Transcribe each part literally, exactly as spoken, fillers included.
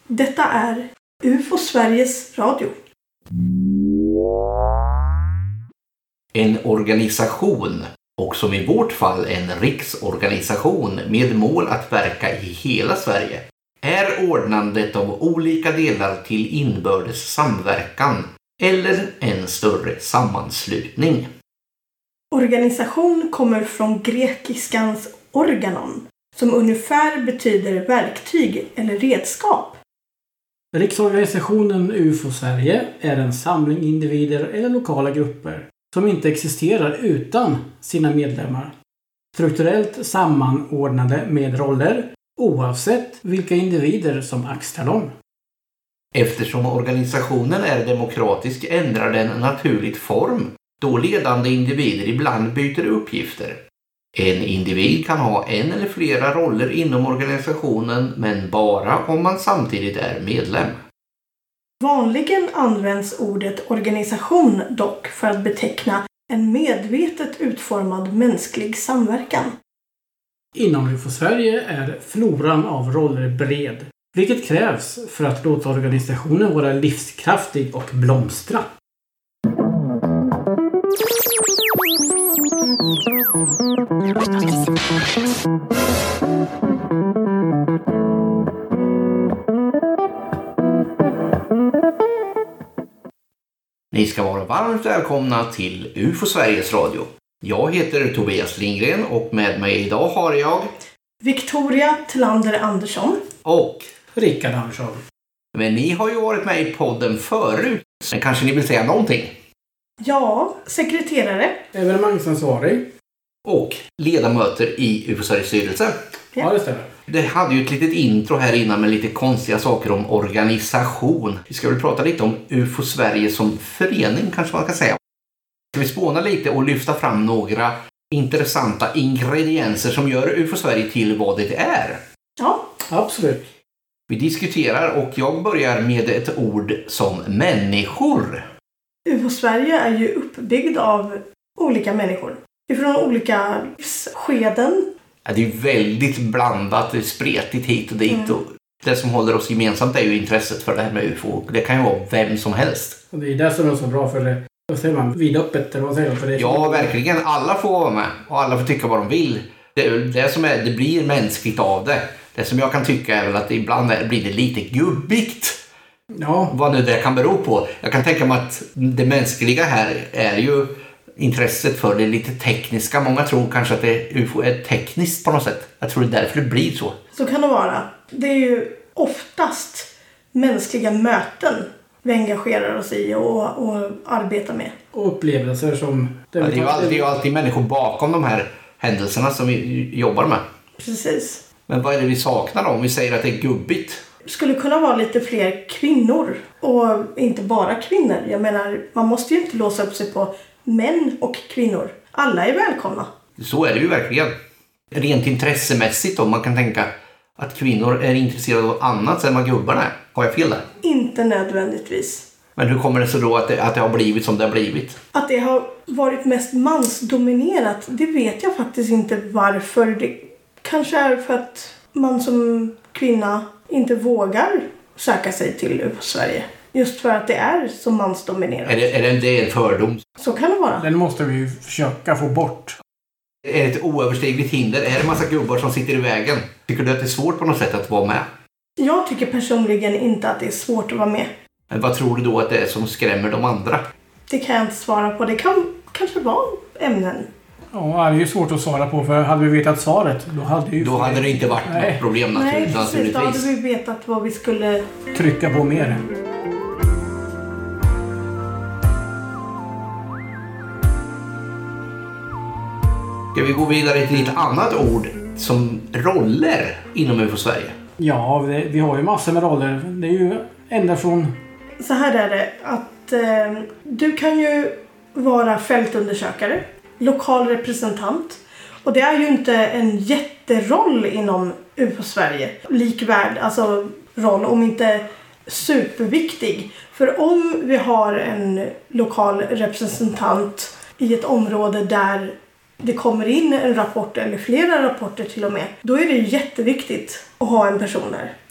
Detta är U F O Sveriges Radio. En organisation, och som i vårt fall en riksorganisation med mål att verka i hela Sverige, är ordnandet av olika delar till inbördes samverkan eller en större sammanslutning. Organisation kommer från grekiskans organon, som ungefär betyder verktyg eller redskap. Riksorganisationen U F O Sverige är en samling individer eller lokala grupper som inte existerar utan sina medlemmar. Strukturellt sammanordnade med roller oavsett vilka individer som axlar dem. Eftersom organisationen är demokratisk ändrar den naturligt form då ledande individer ibland byter uppgifter. En individ kan ha en eller flera roller inom organisationen, men bara om man samtidigt är medlem. Vanligen används ordet organisation dock för att beteckna en medvetet utformad mänsklig samverkan. Inom U F O Sverige är floran av roller bred, vilket krävs för att låta organisationen vara livskraftig och blomstra. Ni ska vara varmt välkomna till U F O Sveriges Radio. Jag heter Tobias Lindgren och med mig idag har jag Victoria Tillander Andersson och Rickard Andersson. Men ni har ju varit med i podden förut, men kanske ni vill säga någonting? Ja, sekreterare. Evenemangsansvarig. Och ledamöter i U F O Sveriges styrelse. Ja. ja, det stämmer. Det hade ju ett litet intro här innan med lite konstiga saker om organisation. Vi ska väl prata lite om U F O Sverige som förening, kanske man kan säga. Ska vi spåna lite och lyfta fram några intressanta ingredienser som gör U F O Sverige till vad det är? Ja, absolut. Vi diskuterar och jag börjar med ett ord som människor. U F O Sverige är ju uppbyggd av olika människor. Ifrån olika skeden. Ja, det är väldigt blandat, det är spretigt hit och dit. Mm. Och det som håller oss gemensamt är ju intresset för det här med U F O. Det kan ju vara vem som helst. Och det är det som är så bra för det. Då säger man vidöppet, eller vad säger man för det? Ja, verkligen. Alla får vara med och alla får tycka vad de vill. Det, det, som är, det blir mänskligt av det. Det som jag kan tycka är väl att ibland är, blir det lite gubbigt. Ja. Vad nu det kan bero på. Jag kan tänka mig att det mänskliga här är ju intresset för det lite tekniska. Många tror kanske att det U F O är tekniskt på något sätt. Jag tror det är därför det blir så. Så kan det vara. Det är ju oftast mänskliga möten vi engagerar oss i och, och arbetar med. Och upplevelser som... Det, ja, det är ju alltid, det är ju alltid människor bakom de här händelserna som vi jobbar med. Precis. Men vad är det vi saknar då om vi säger att det är gubbigt? Det skulle kunna vara lite fler kvinnor. Och inte bara kvinnor. Jag menar, man måste ju inte låsa upp sig på män och kvinnor. Alla är välkomna. Så är det ju verkligen. Rent intressemässigt om man kan tänka att kvinnor är intresserade av annat än vad gubbarna är. Har jag fel där? Inte nödvändigtvis. Men hur kommer det så då att det, att det har blivit som det har blivit? Att det har varit mest mansdominerat, det vet jag faktiskt inte varför. Det kanske är för att man som kvinna inte vågar söka sig till U F O Sverige. Just för att det är så mansdominerat. Är det, är det, det är en fördom? Så kan det vara. Den måste vi ju försöka få bort. Är det ett oöverstigligt hinder? Är det en massa gubbar som sitter i vägen? Tycker du att det är svårt på något sätt att vara med? Jag tycker personligen inte att det är svårt att vara med. Men vad tror du då att det är som skrämmer de andra? Det kan jag inte svara på. Det kan kanske vara ämnen. Ja, det är ju svårt att svara på, för hade vi vetat svaret, då hade, ju då hade det inte varit Nej. något problem naturligtvis. Nej, precis. Då hade vi vetat vad vi skulle trycka på mer. Ska vi gå vidare till ett annat ord som roller inom U F O Sverige? Ja, vi, vi har ju massor med roller. Det är ju ända från... Så här är det att eh, du kan ju vara fältundersökare, lokal representant. Och det är ju inte en jätteroll inom U F O Sverige. Likvärd, alltså roll, om inte superviktig. För om vi har en lokal representant i ett område där det kommer in en rapport eller flera rapporter till och med, då är det jätteviktigt att ha en person där.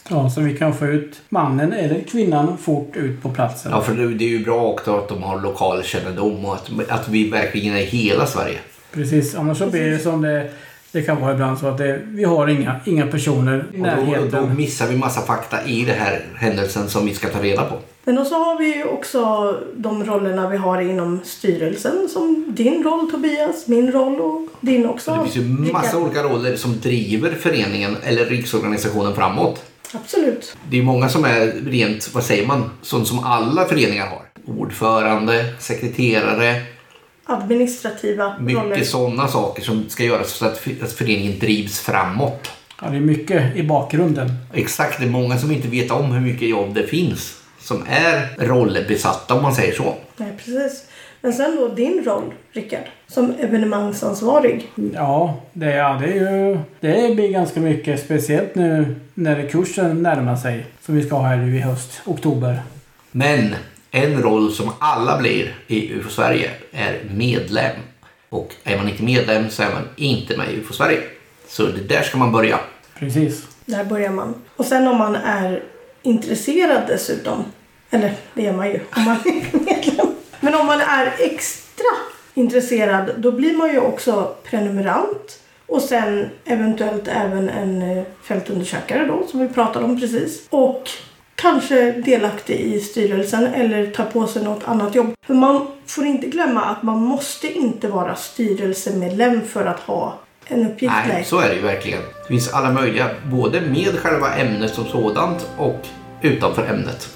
Ja, så vi kan få ut mannen eller kvinnan fort ut på platsen. Ja, för det är ju bra också att de har lokal kännedom och att, att vi verkligen är i hela Sverige. Precis, annars så blir det som det, det kan vara ibland så att det, vi har inga, inga personer i närheten. Och då, då missar vi massa fakta i den här händelsen som vi ska ta reda på. Men då så har vi ju också de rollerna vi har inom styrelsen, som din roll Tobias, min roll och din också. Och det finns ju massa Rickard. olika roller som driver föreningen eller riksorganisationen framåt. Absolut. Det är många som är rent, vad säger man, sånt som alla föreningar har. Ordförande, sekreterare, administrativa mycket roller. sådana saker som ska göras så att att föreningen drivs framåt. Ja, det är mycket i bakgrunden. Exakt, det är många som inte vet om hur mycket jobb det finns som är rollerbesatta, om man säger så. Nej, precis. Men sen då din roll, Rickard, som evenemangsansvarig. Ja, det, ja, det är ju det blir ganska mycket, speciellt nu när kursen närmar sig som vi ska ha här nu i höst, oktober. Men en roll som alla blir i U F O Sverige är medlem. Och är man inte medlem så är man inte med i U F O Sverige. Så det där ska man börja. Precis. Där börjar man. Och sen om man är intresserad dessutom, eller det är man ju om man är medlem. Men om man är extra intresserad, då blir man ju också prenumerant. Och sen eventuellt även en fältundersökare då, som vi pratade om precis. Och kanske delaktig i styrelsen eller ta på sig något annat jobb. För man får inte glömma att man måste inte vara styrelsemedlem för att ha en uppgift. Nej, så är det ju verkligen. Det finns alla möjliga, både med själva ämnet som sådant och utanför ämnet.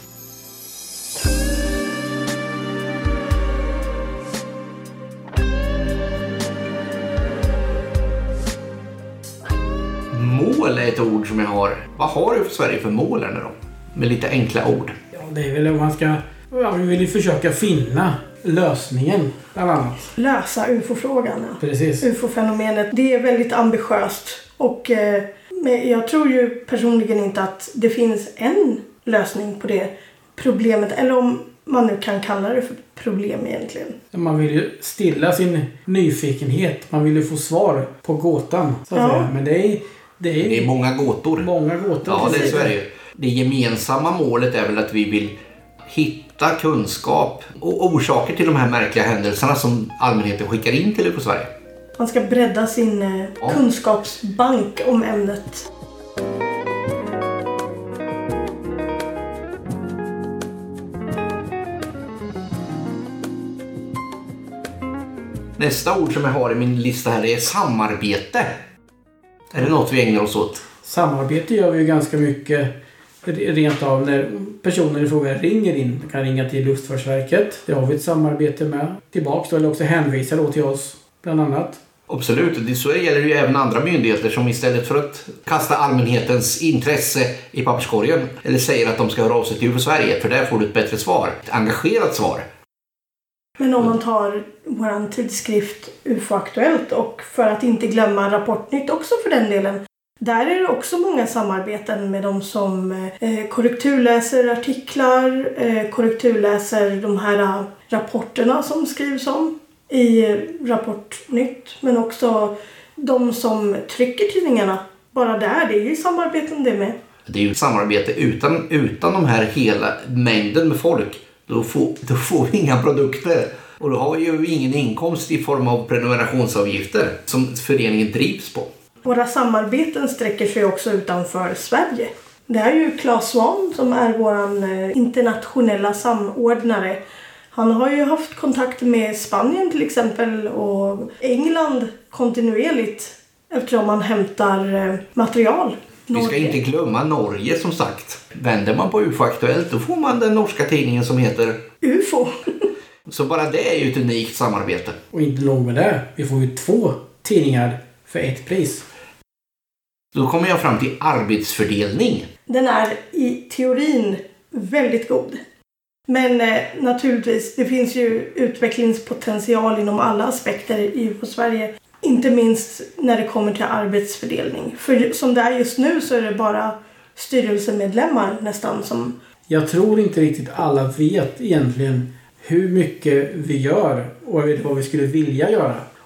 Mål är ett ord som jag har. Vad har du för Sverige för mål här nu då? Med lite enkla ord. Ja, det är väl om man ska... Ja, vi vill ju försöka finna lösningen, bland annat. Lösa U F O-frågan. Ja. Precis. U F O-fenomenet. Det är väldigt ambitiöst. Och eh, men jag tror ju personligen inte att det finns en lösning på det problemet. Eller om man nu kan kalla det för problem egentligen. Man vill ju stilla sin nyfikenhet. Man vill ju få svar på gåtan, så att Ja. säga. Men det är, det är, Det är många gåtor. många gåtor. Ja, det är precis. så är det ju. Det gemensamma målet är väl att vi vill hitta kunskap och orsaker till de här märkliga händelserna som allmänheten skickar in till U F O Sverige. Man ska bredda sin eh, Ja. kunskapsbank om ämnet. Nästa ord som jag har i min lista här är samarbete. Är det något vi ägnar oss åt? Samarbete gör vi ju ganska mycket rent av när personer i fråga ringer in. Man kan ringa till Luftfartsverket. Det har vi ett samarbete med. Tillbaks då, eller också hänvisar då till oss bland annat. Absolut, det så gäller det ju även andra myndigheter som istället för att kasta allmänhetens intresse i papperskorgen eller säger att de ska höra av sig till U F O Sverige, för där får du ett bättre svar. Ett engagerat svar. Men om man tar vår tidskrift U F O-aktuellt och för att inte glömma Rapportnytt också för den delen. Där är det också många samarbeten med de som eh, korrekturläser artiklar, eh, korrekturläser de här eh, rapporterna som skrivs om i eh, Rapportnytt. Men också de som trycker tidningarna. Bara där, det är ju samarbeten det med. Det är ju ett samarbete utan, utan de här hela mängden med folk. Då får, då får vi inga produkter. Och då har vi ju ingen inkomst i form av prenumerationsavgifter som föreningen drivs på. Våra samarbeten sträcker sig också utanför Sverige. Det är ju Claes Swan som är vår internationella samordnare. Han har ju haft kontakt med Spanien till exempel och England kontinuerligt eftersom han hämtar material. Vi ska inte glömma Norge som sagt. Vänder man på U F O-aktuellt då får man den norska tidningen som heter U F O. Så bara det är ju ett unikt samarbete. Och inte långt med det. Vi får ju två tidningar för ett pris. Då kommer jag fram till arbetsfördelning. Den är i teorin väldigt god. Men eh, naturligtvis, det finns ju utvecklingspotential inom alla aspekter i U F O Sverige. Inte minst när det kommer till arbetsfördelning. För som det är just nu så är det bara styrelsemedlemmar nästan som... Jag tror inte riktigt alla vet egentligen hur mycket vi gör och vad vi skulle vilja göra.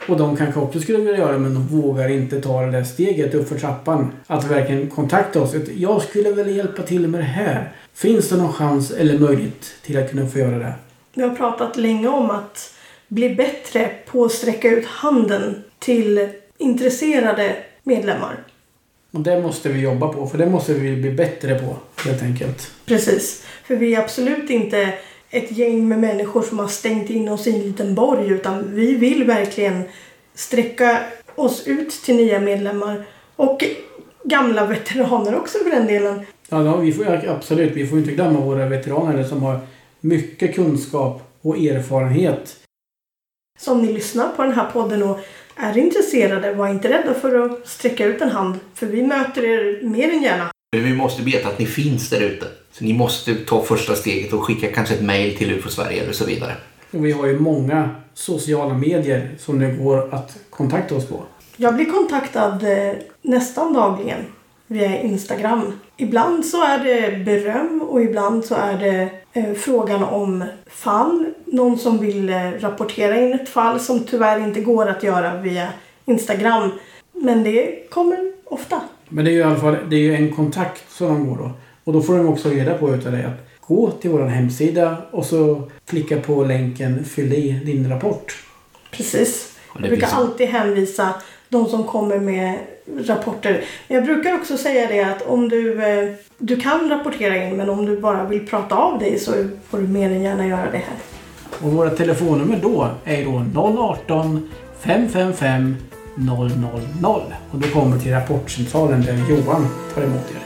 Och de kanske också skulle vilja göra det, men de vågar inte ta det där steget upp för trappan. Att verkligen kontakta oss. Jag skulle vilja hjälpa till med det här. Finns det någon chans eller möjlighet till att kunna få göra det? Vi har pratat länge om att bli bättre på att sträcka ut handen till intresserade medlemmar. Och det måste vi jobba på, för det måste vi bli bättre på, helt enkelt. Precis, för vi är absolut inte ett gäng med människor som har stängt in oss i en liten borg, utan vi vill verkligen sträcka oss ut till nya medlemmar och gamla veteraner också för den delen. Ja, ja vi får, absolut. Vi får inte glömma våra veteraner som har mycket kunskap och erfarenhet. Så om ni lyssnar på den här podden och är intresserade, var inte rädda för att sträcka ut en hand. För vi möter er mer än gärna. Vi måste veta att ni finns där ute. Så ni måste ta första steget och skicka kanske ett mejl till U F O Sverige eller så vidare. Och vi har ju många sociala medier som det går att kontakta oss på. Jag blir kontaktad eh, nästan dagligen via Instagram. Ibland så är det beröm och ibland så är det eh, frågan om fall. Någon som vill eh, rapportera in ett fall som tyvärr inte går att göra via Instagram. Men det kommer ofta. Men det är ju i alla fall det är ju en kontakt som de går då. Och då får de också reda på utav dig att gå till vår hemsida och så klicka på länken fyll i din rapport. Precis. Jag brukar alltid hänvisa de som kommer med rapporter. Jag brukar också säga det att om du, du kan rapportera in, men om du bara vill prata av dig så får du mer än gärna göra det här. Och våra telefonnummer då är då noll ett åtta fem fem fem noll noll noll. Och då kommer till rapportcentralen där Johan tar emot er.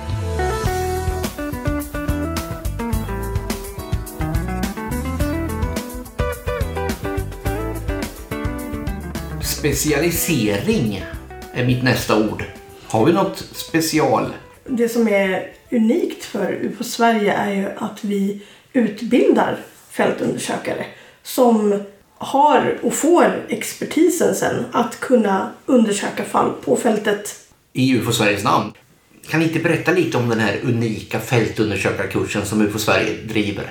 Specialisering är mitt nästa ord. Har vi något special? Det som är unikt för U F O Sverige är ju att vi utbildar fältundersökare som har och får expertisen sen att kunna undersöka fall på fältet. I U F O Sveriges namn. Kan ni inte berätta lite om den här unika fältundersökarkursen som U F O Sverige driver?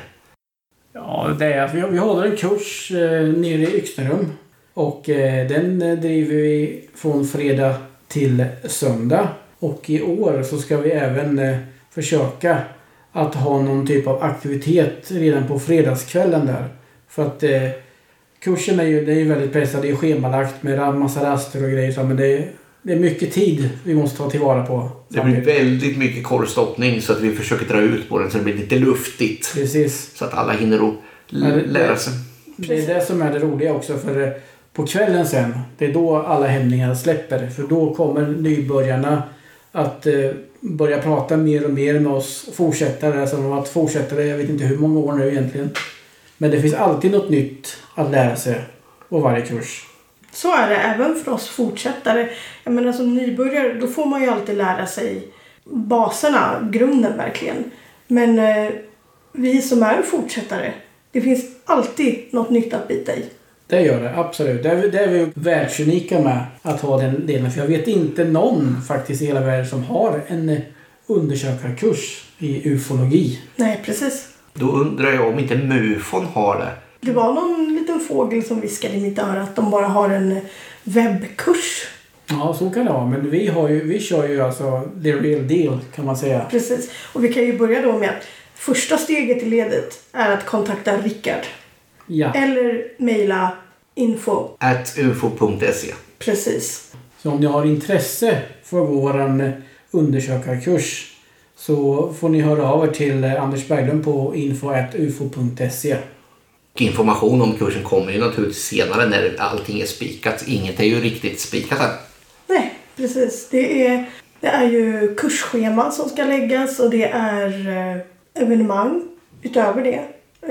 Ja, det är att vi, vi håller en kurs eh, nere i Yxnerum. Och eh, den eh, driver vi från fredag till söndag. Och i år så ska vi även eh, försöka att ha någon typ av aktivitet redan på fredagskvällen där. För att eh, kursen är ju, det är ju väldigt pressad, det är schemalagt med en massa raster och grejer. Så, men det är, det är mycket tid vi måste ta tillvara på. Det blir väldigt mycket korvstoppning så att vi försöker dra ut på den så det blir lite luftigt. Precis. Så att alla hinner att l- lära sig. Det är det som är det roliga också, för eh, på kvällen sen, det är då alla hämningar släpper. För då kommer nybörjarna att eh, börja prata mer och mer med oss fortsättare. Som att fortsättare, jag vet inte hur många år nu egentligen. Men det finns alltid något nytt att lära sig på varje kurs. Så är det även för oss fortsättare. Jag menar som nybörjare, då får man ju alltid lära sig baserna, grunden verkligen. Men eh, vi som är fortsättare, det finns alltid något nytt att bita i. Det gör det, absolut. Det är, det är vi världsunika med att ha den delen. För jag vet inte någon faktiskt i hela världen som har en undersökarkurs i ufologi. Nej, precis. Då undrar jag om inte MUFON har det. Det var någon liten fågel som viskade i mitt öra att de bara har en webbkurs. Ja, så kan det vara. Men vi, har ju, vi kör ju alltså the real deal, kan man säga. Precis. Och vi kan ju börja då med att första steget i ledet är att kontakta Rickard. Ja. Eller mejla info at ufo punkt se. Precis. Så om ni har intresse för vår undersökarkurs så får ni höra av er till Anders Berglund på info at ufo punkt se. Information om kursen kommer ju naturligtvis senare när allting är spikat. Inget är ju riktigt spikat här. Nej, precis. Det är, det är ju kursschema som ska läggas och det är eh, evenemang utöver det.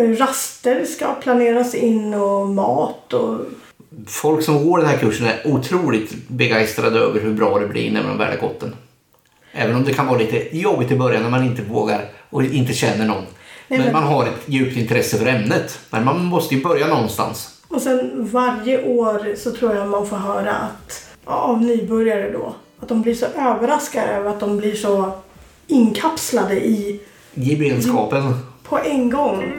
Raster ska planeras in och mat och... Folk som går den här kursen är otroligt begeistrade över hur bra det blir när man väl har gått den. Även om det kan vara lite jobbigt i början när man inte vågar och inte känner någon. Nej, men, men man har ett djupt intresse för ämnet. Men man måste ju börja någonstans. Och sen varje år så tror jag man får höra att av nybörjare då. Att de blir så överraskade över att de blir så inkapslade i... gemenskapen. På en gång.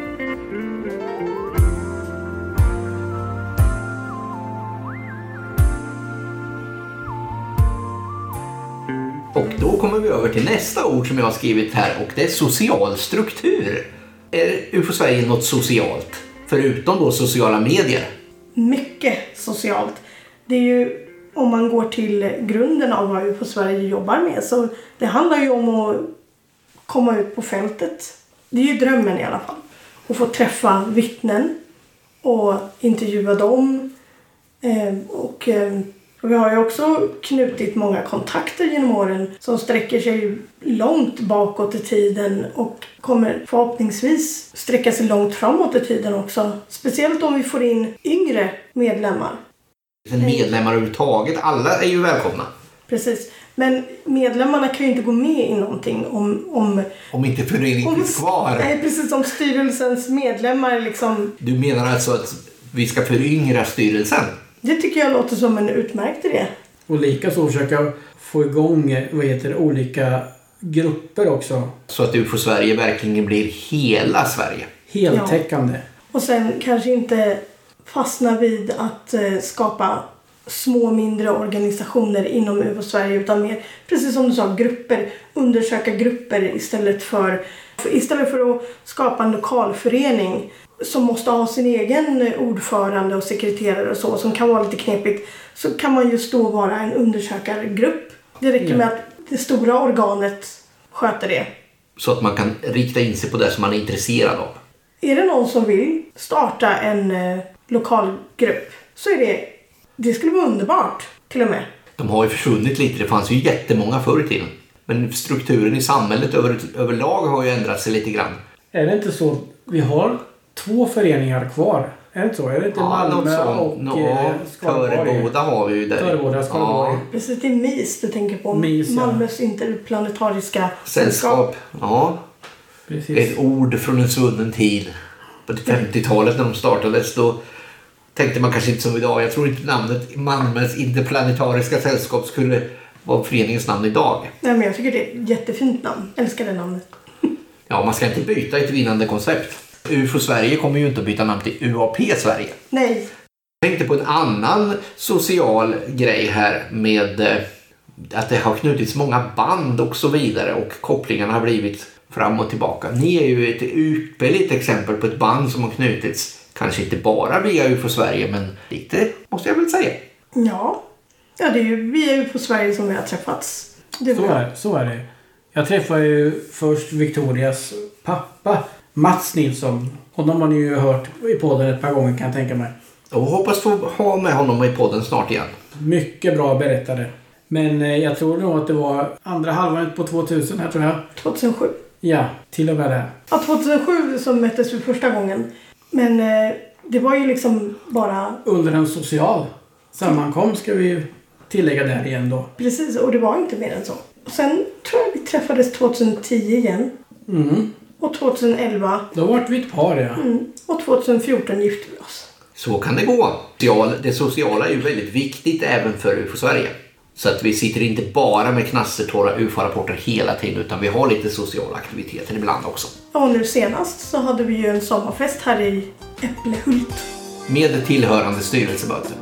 Och då kommer vi över till nästa ord som jag har skrivit här och det är social struktur. Är U F O Sverige något socialt? Förutom då sociala medier? Mycket socialt. Det är ju, om man går till grunden av vad U F O Sverige jobbar med, så det handlar ju om att komma ut på fältet. Det är ju drömmen i alla fall. Att få träffa vittnen och intervjua dem. Eh, och, eh, och vi har ju också knutit många kontakter genom åren som sträcker sig långt bakåt i tiden och kommer förhoppningsvis sträcka sig långt framåt i tiden också. Speciellt om vi får in yngre medlemmar. Medlemmar överhuvudtaget, alla är ju välkomna. Precis. Men medlemmarna kan ju inte gå med i någonting om... Om, om inte föreningen finns kvar. Nej, precis, om styrelsens medlemmar liksom... Du menar alltså att vi ska föryngra styrelsen? Det tycker jag låter som en utmärkt idé. Och lika så försöka få igång vad heter, olika grupper också. Så att U F O Sverige verkligen blir hela Sverige. Heltäckande. Ja. Och sen kanske inte fastna vid att eh, skapa små mindre organisationer inom U F O Sverige, utan mer, precis som du sa, grupper, undersöka grupper istället för, för istället för att skapa en lokalförening som måste ha sin egen ordförande och sekreterare och så, som kan vara lite knepigt, så kan man just då vara en undersökargrupp. Det räcker ja. med att det stora organet sköter det. Så att man kan rikta in sig på det som man är intresserad av. Är det någon som vill starta en eh, lokalgrupp, så är det Det skulle vara underbart, till och med. De har ju försvunnit lite. Det fanns ju jättemånga förr i tiden. Men strukturen i samhället över, överlag har ju ändrat sig lite grann. Är det inte så? Vi har två föreningar kvar. Är det inte så? Är det inte ja, Malmö och no, Töreboda har vi ju där. Töreboda, Skaraborg. Ja. Precis, det är M I S du tänker på. M I S, ja. Malmös interplanetariska sällskap. Ja. Precis. Ett ord från en svunnen tid. På femtiotalet när de startades då tänkte man kanske inte som idag. Jag tror inte namnet Malmös interplanetariska sällskap skulle vara föreningens namn idag. Nej, men jag tycker det är ett jättefint namn. Jag älskar det namnet. Ja, man ska inte byta ett vinnande koncept. U F O Sverige kommer ju inte att byta namn till U A P Sverige. Nej. Jag tänkte på en annan social grej här med eh, att det har knutits många band och så vidare och kopplingarna har blivit fram och tillbaka. Ni är ju ett ypperligt exempel på ett band som har knutits kanske inte bara via U F O Sverige, men lite måste jag väl säga. Ja, ja det är ju via U F O Sverige som vi har träffats. Det så, är, så är det. Jag träffade ju först Victorias pappa, Mats Nilsson. Och de har ni ju hört i podden ett par gånger, kan jag tänka mig. Och hoppas få ha med honom i podden snart igen. Mycket bra berättare. Men eh, jag tror nog att det var andra halvan på tvåtusen här, tror jag. tjugohundrasju. Ja, till och med det. Ja, tjugohundrasju som möttes vi första gången. Men eh, det var ju liksom bara... Under en social sammankomst ska vi tillägga där igen då. Precis, och det var inte mer än så. Och sen tror jag vi träffades tjugohundratio igen. Mm. Och tjugohundraelva. Då var vi ett par, ja. Mm. Och tjugohundrafjorton gifte vi oss. Så kan det gå. Det sociala är ju väldigt viktigt även för U F O Sverige. Så att vi sitter inte bara med knastertorra U F O-rapporter hela tiden, utan vi har lite sociala aktiviteter ibland också. Och nu senast så hade vi ju en sommarfest här i Äpplehult. Med tillhörande styrelsemöte.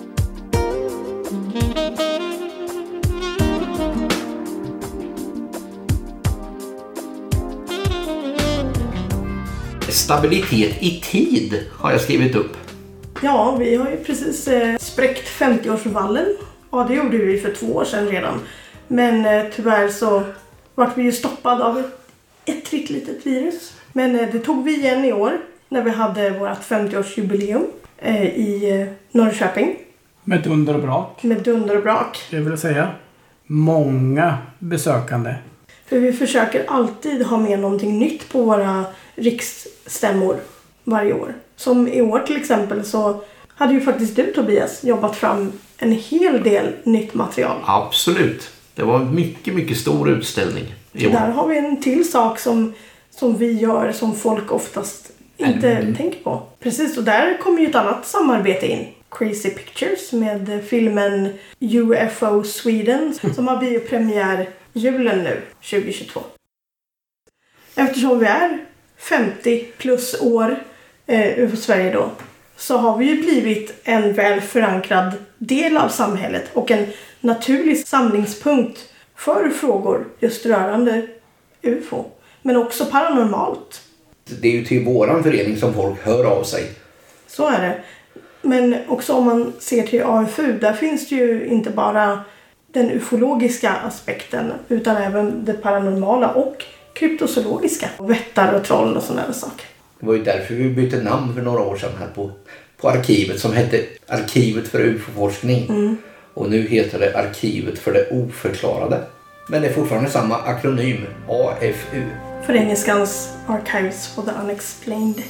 Stabilitet i tid har jag skrivit upp. Ja, vi har ju precis eh, spräckt femtioårsvallen. Ja, det gjorde vi för två år sedan redan. Men eh, tyvärr så var vi ju stoppad av ett ettrigt litet virus. Men eh, det tog vi igen i år när vi hade vårt femtioårsjubileum eh, i eh, Norrköping. Med dunder och brak. Med dunder och brak. Det vill säga många besökande. För vi försöker alltid ha med någonting nytt på våra riksstämmor varje år. Som i år till exempel så hade ju faktiskt du, Tobias, jobbat fram en hel del nytt material. Absolut. Det var en mycket, mycket stor utställning i år. Där har vi en till sak som, som vi gör som folk oftast inte mm. tänker på. Precis, och där kommer ju ett annat samarbete in. Crazy Pictures med filmen U F O Sweden som har biopremiär julen nu, tjugohundratjugotvå. Eftersom vi är femtio plus år eh, U F O Sverige då, så har vi ju blivit en väl förankrad del av samhället och en naturlig samlingspunkt för frågor just rörande U F O. Men också paranormalt. Det är ju till våran förening som folk hör av sig. Så är det. Men också om man ser till A F U, där finns det ju inte bara den ufologiska aspekten utan även det paranormala och kryptozoologiska. Vättar och troll och sådana saker. Det var ju därför vi bytte namn för några år sedan här på, på arkivet som hette Arkivet för U F O-forskning. Mm. Och nu heter det Arkivet för det oförklarade. Men det är fortfarande samma akronym, A F U. För engelskans Archives for the Unexplained.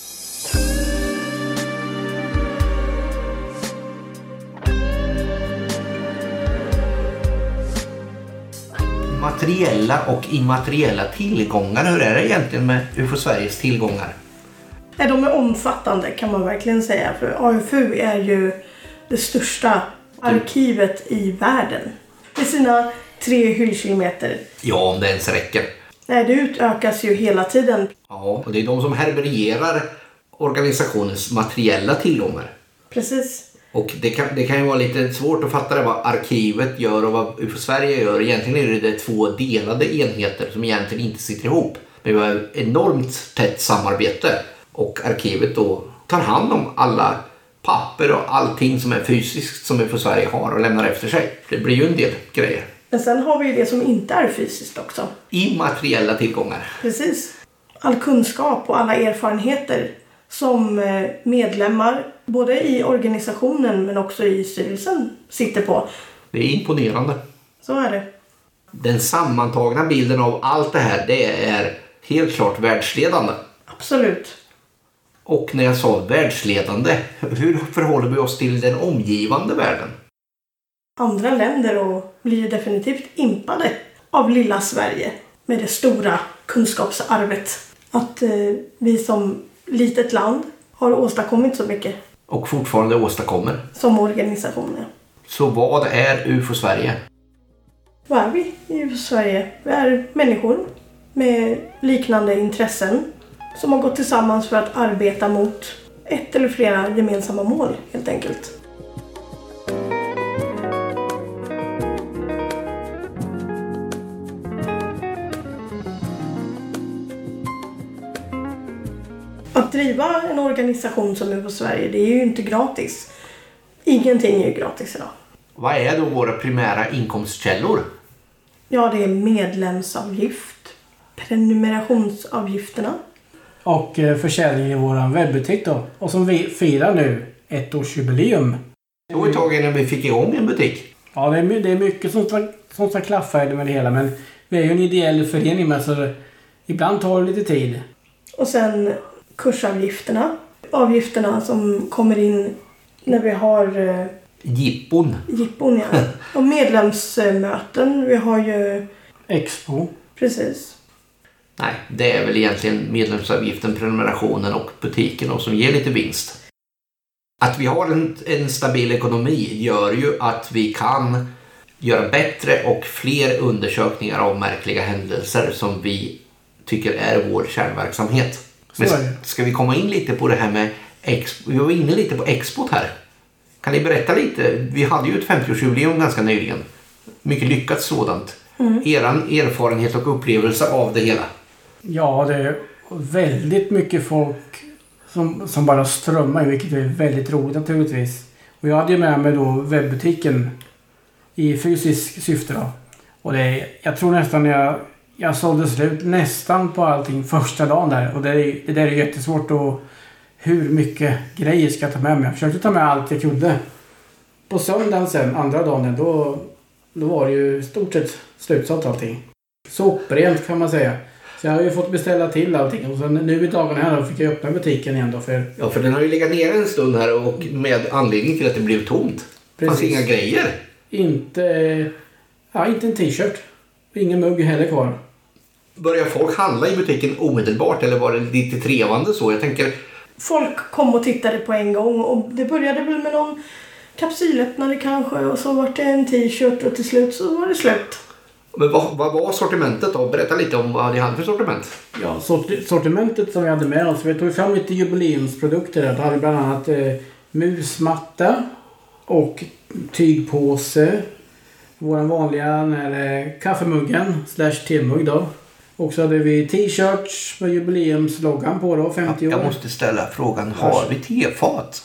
Materiella och immateriella tillgångar, hur är det egentligen med U F O Sveriges tillgångar? Ja, de är omfattande kan man verkligen säga. För A F U är ju det största arkivet i världen. Med sina tre hyllkilometer. Ja, om det ens räcker. Nej, det utökas ju hela tiden. Ja, och det är de som härbärgerar organisationens materiella tillgångar. Precis. Och det kan, det kan ju vara lite svårt att fatta det, vad arkivet gör och vad U F O Sverige gör. Egentligen är det två delade enheter som egentligen inte sitter ihop. Men vi har enormt tätt samarbete. Och arkivet då tar hand om alla papper och allting som är fysiskt som U F O Sverige har och lämnar efter sig. Det blir ju en del grejer. Men sen har vi ju det som inte är fysiskt också. Immateriella tillgångar. Precis. All kunskap och alla erfarenheter som medlemmar både i organisationen men också i styrelsen sitter på. Det är imponerande. Så är det. Den sammantagna bilden av allt det här, det är helt klart världsledande. Absolut. Och när jag sa världsledande, hur förhåller vi oss till den omgivande världen? Andra länder och blir definitivt impade av lilla Sverige med det stora kunskapsarvet. Att eh, vi som litet land har åstadkommit så mycket. Och fortfarande åstadkommer. Som organisation, ja. Så vad är U F O Sverige? Vad är vi i U F O Sverige? Vi är människor med liknande intressen som har gått tillsammans för att arbeta mot ett eller flera gemensamma mål, helt enkelt. Att driva en organisation som U F O Sverige, det är ju inte gratis. Ingenting är ju gratis idag. Vad är då våra primära inkomstkällor? Ja, det är medlemsavgift, prenumerationsavgifterna. Och försäljning i våran webbutik då. Och som vi firar nu ett årsjubileum. Det var ett tag innan vi fick igång en butik. Ja, det är, det är mycket som ska, som ska klaffa med det hela. Men vi är ju en ideell förening med så det, ibland tar det lite tid. Och sen kursavgifterna. Avgifterna som kommer in när vi har... Eh, Jippon. Jippon, ja. Och medlemsmöten. Vi har ju... Expo. Precis. Nej, det är väl egentligen medlemsavgiften, prenumerationen och butiken och som ger lite vinst. Att vi har en, en stabil ekonomi gör ju att vi kan göra bättre och fler undersökningar av märkliga händelser som vi tycker är vår kärnverksamhet. Men ska vi komma in lite på det här med Expo? Vi var inne lite på Expot här. Kan ni berätta lite? Vi hade ju ett femtioårsjubileum ganska nyligen. Mycket lyckat sådant. Mm. Eran erfarenhet och upplevelse av det hela? Ja, det är väldigt mycket folk som, som bara strömmar, vilket är väldigt roligt naturligtvis. Och jag hade ju med mig då webbutiken i fysisk syfte då. Och det är, jag tror nästan jag, jag sålde slut nästan på allting första dagen där. Och det, är, det där är jättesvårt att hur mycket grejer ska jag ta med mig. Jag försökte ta med allt jag kunde. På söndagen sen, andra dagen, då, då var det ju stort sett slutsålt allting. Soprent kan man säga. Så jag har ju fått beställa till allting. Och sen nu i dagarna här då fick jag öppna butiken igen då. För... Ja, för den har ju legat ner en stund här och med anledning till att det blev tomt. Det fanns inga grejer. Inte, ja, inte en t-shirt. Ingen mugg heller kvar. Börjar folk handla i butiken omedelbart eller var det lite trevande så? Jag tänker... Folk kom och tittade på en gång och det började väl med någon kapsylöppnare kanske och så var det en t-shirt och till slut så var det slut. Men vad, vad var sortimentet då? Berätta lite om vad ni hade för sortiment. Ja, sort- sortimentet som vi hade med oss. Vi tog fram lite jubileumsprodukter. Där. Då hade vi bland annat eh, musmatta och tygpåse. Våran vanliga är kaffemuggen slash temugg då. Och så hade vi t-shirts med jubileumsloggan på då, femtio år. Jag måste ställa frågan, har vi tefat?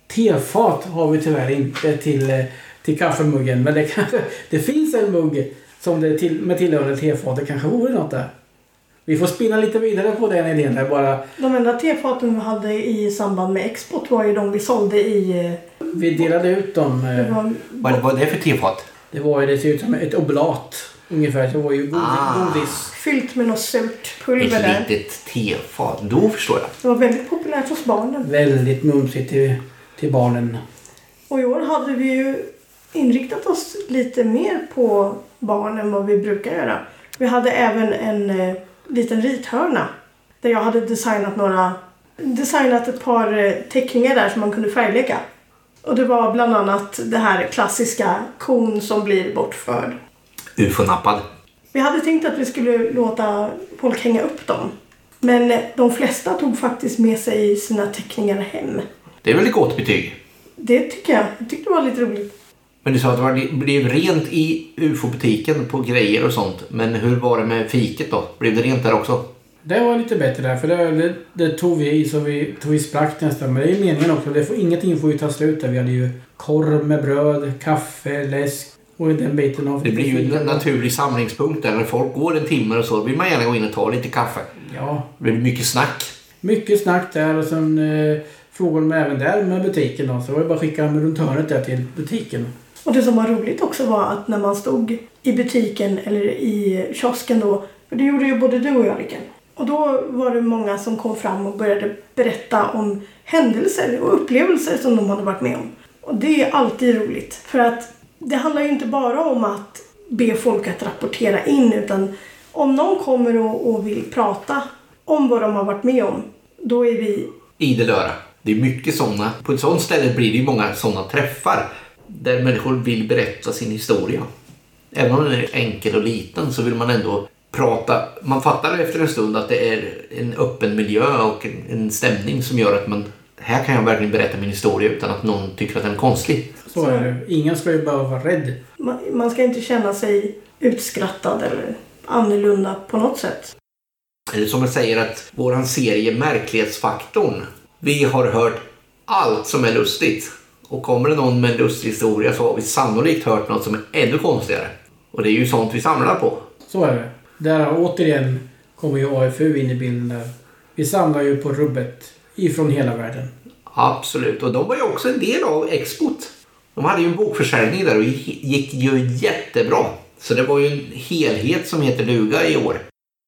Tefat har vi tyvärr inte till, till kaffemuggen. Men det, kanske, det finns en mugg som det till, med tillhörande tefat. Det kanske vore något där. Vi får spinna lite vidare på den idén där bara. De enda tefaten vi hade i samband med export var ju de vi sålde i... Vi delade ut dem. Var... Vad var det för tefat? Det var ju, det ser ut som ett oblat ungefär. Det var ju godis. Ah. godis. Fyllt med något surt pulver där. Ett litet tefat, då förstår jag. Det var väldigt populärt hos barnen. Väldigt mumsigt till, till barnen. Och i år hade vi ju inriktat oss lite mer på barn än vad vi brukar göra. Vi hade även en eh, liten rithörna där jag hade designat några designat ett par eh, teckningar där som man kunde färglägga. Och det var bland annat det här klassiska kon som blir bortförd. U F O-nappad. Vi hade tänkt att vi skulle låta folk hänga upp dem. Men de flesta tog faktiskt med sig sina teckningar hem. Det är väl ett gott betyg? Det tycker jag. Jag tyckte det var lite roligt. Men du sa att det, var, det blev rent i U F O-butiken på grejer och sånt. Men hur var det med fiket då? Blev det rent där också? Det var lite bättre där, för det, det, det tog vi i så vi tog i sprack nästan. Men det är meningen också. Det får, ingenting får ju ta slut där. Vi hade ju korv med bröd, kaffe, läsk och den biten av... Det blir ju en naturlig samlingspunkt där när folk går en timme och så vill man gärna gå in och ta lite kaffe. Ja. Det blir mycket snack. Mycket snack där och sen eh, frågade de även där med butiken då. Så var det bara att skicka dem runt hörnet där till butiken. Och det som var roligt också var att när man stod i butiken eller i kiosken då, för det gjorde ju både du och jag, Rickard. Och då var det många som kom fram och började berätta om händelser och upplevelser som de hade varit med om. Och det är alltid roligt. För att det handlar ju inte bara om att be folk att rapportera in, utan om någon kommer och, och vill prata om vad de har varit med om, då är vi... idel öra. Det är mycket sådana. På ett sådant ställe blir det ju många sådana träffar där människor vill berätta sin historia. Även om den är enkel och liten så vill man ändå prata. Man fattar efter en stund att det är en öppen miljö och en stämning som gör att man, här kan jag verkligen berätta min historia utan att någon tycker att den är konstig. Så är det. Ingen ska ju bara vara rädd. Man, man ska inte känna sig utskrattad eller annorlunda på något sätt. Eller som jag säger att våran serie Märklighetsfaktorn, vi har hört allt som är lustigt. Och kommer det någon med en lustig historia så har vi sannolikt hört något som är ännu konstigare. Och det är ju sånt vi samlar på. Så är det. Där återigen kommer ju A F U in i bilden där. Vi samlar ju på rubbet ifrån hela världen. Absolut. Och de var ju också en del av Expot. De hade ju en bokförsäljning där och gick ju jättebra. Så det var ju en helhet som heter duga i år.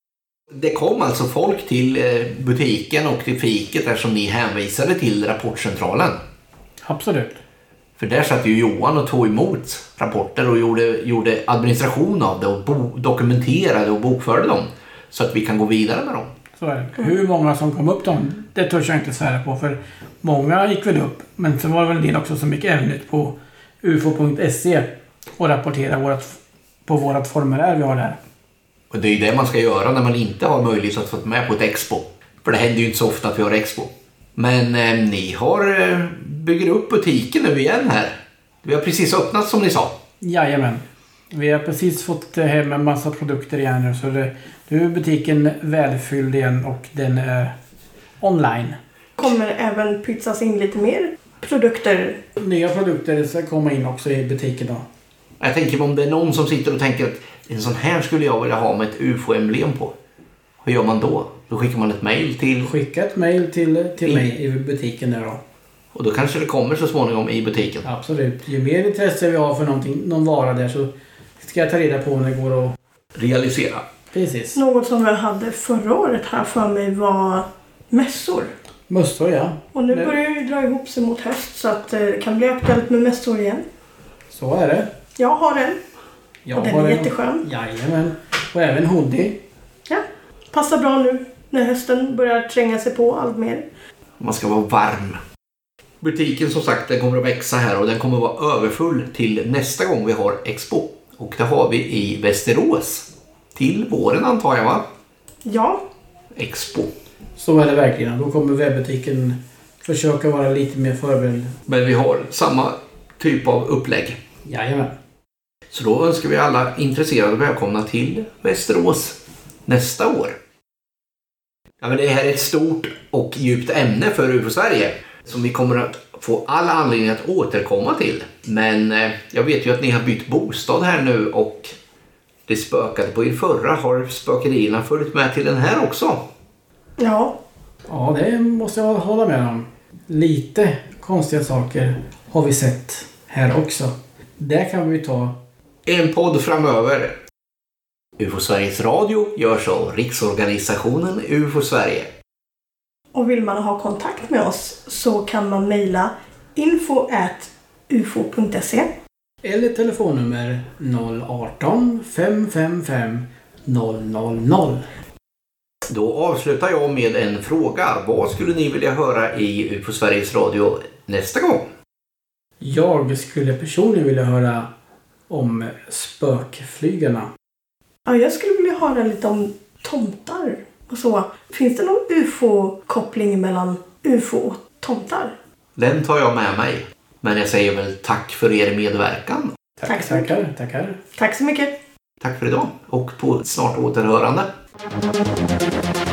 Det kom alltså folk till butiken och till fiket där som ni hänvisade till rapportcentralen. Absolut. För där satt ju Johan och tog emot rapporter och gjorde, gjorde administration av det och bo, dokumenterade och bokförde dem. Så att vi kan gå vidare med dem. Så är det. Hur många som kom upp dem, det törs jag inte svära på. För många gick väl upp. Men så var det väl en del också som gick även ut på u f o punkt se och rapporterade vårat, på vårt formulär vi har där. Och det är ju det man ska göra när man inte har möjlighet att få med på ett expo. För det händer ju inte så ofta att vi har expo. Men eh, ni har eh, bygger upp butiken nu igen här. Vi har precis öppnat som ni sa. Jajamän. Vi har precis fått hem en massa produkter igen nu. Så det, nu är butiken välfylld igen och den är online. Kommer även pytsas in lite mer produkter. Nya produkter ska komma in också i butiken då. Jag tänker om det är någon som sitter och tänker att en sån här skulle jag vilja ha med ett U F O-emblem på. Hur gör man då? Då skickar man ett mejl till... Skicka ett mejl till, till I... mig i butiken där då. Och då kanske det kommer så småningom i butiken. Absolut. Ju mer intresse vi har för någonting, någon vara där så ska jag ta reda på när det går att... realisera. Precis. Något som vi hade förra året här för mig var mässor. Mässor, ja. Och nu det... börjar det dra ihop sig mot höst så att det kan bli aktuellt med mässor igen. Så är det. Jag har en. Jag och den är en... jätteskön. Jajamän. Och även hoodie. Ja, passar bra nu när hösten börjar tränga sig på allt mer. Man ska vara varm. Butiken som sagt, den kommer att växa här och den kommer att vara överfull till nästa gång vi har expo. Och det har vi i Västerås. Till våren antar jag, va? Ja. Expo. Så är det verkligen. Då kommer webbutiken försöka vara lite mer förberedd. Men vi har samma typ av upplägg. Jajamän. Så då önskar vi alla intresserade välkomna till Västerås nästa år. Ja, men det här är ett stort och djupt ämne för U F O Sverige som vi kommer att få all anledning att återkomma till. Men eh, jag vet ju att ni har bytt bostad här nu och det spökade på er förra. Har spökerierna följt med till den här också? Ja. Ja, det måste jag hålla med om. Lite konstiga saker har vi sett här också. Det kan vi ta en podd framöver. U F O Sveriges Radio görs av Riksorganisationen U F O Sverige. Och vill man ha kontakt med oss så kan man mejla info at ufo punkt se. Eller telefonnummer noll ett åtta fem fem fem noll noll noll. Då avslutar jag med en fråga. Vad skulle ni vilja höra i U F O Sveriges Radio nästa gång? Jag skulle personligen vilja höra om spökflygarna. Ja, jag skulle vilja höra lite om tomtar och så. Finns det någon U F O-koppling mellan U F O och tomtar? Den tar jag med mig. Men jag säger väl tack för er medverkan. Tack, Tack så mycket. tackar, tackar. Tack så mycket. Tack för idag och på snart återhörande.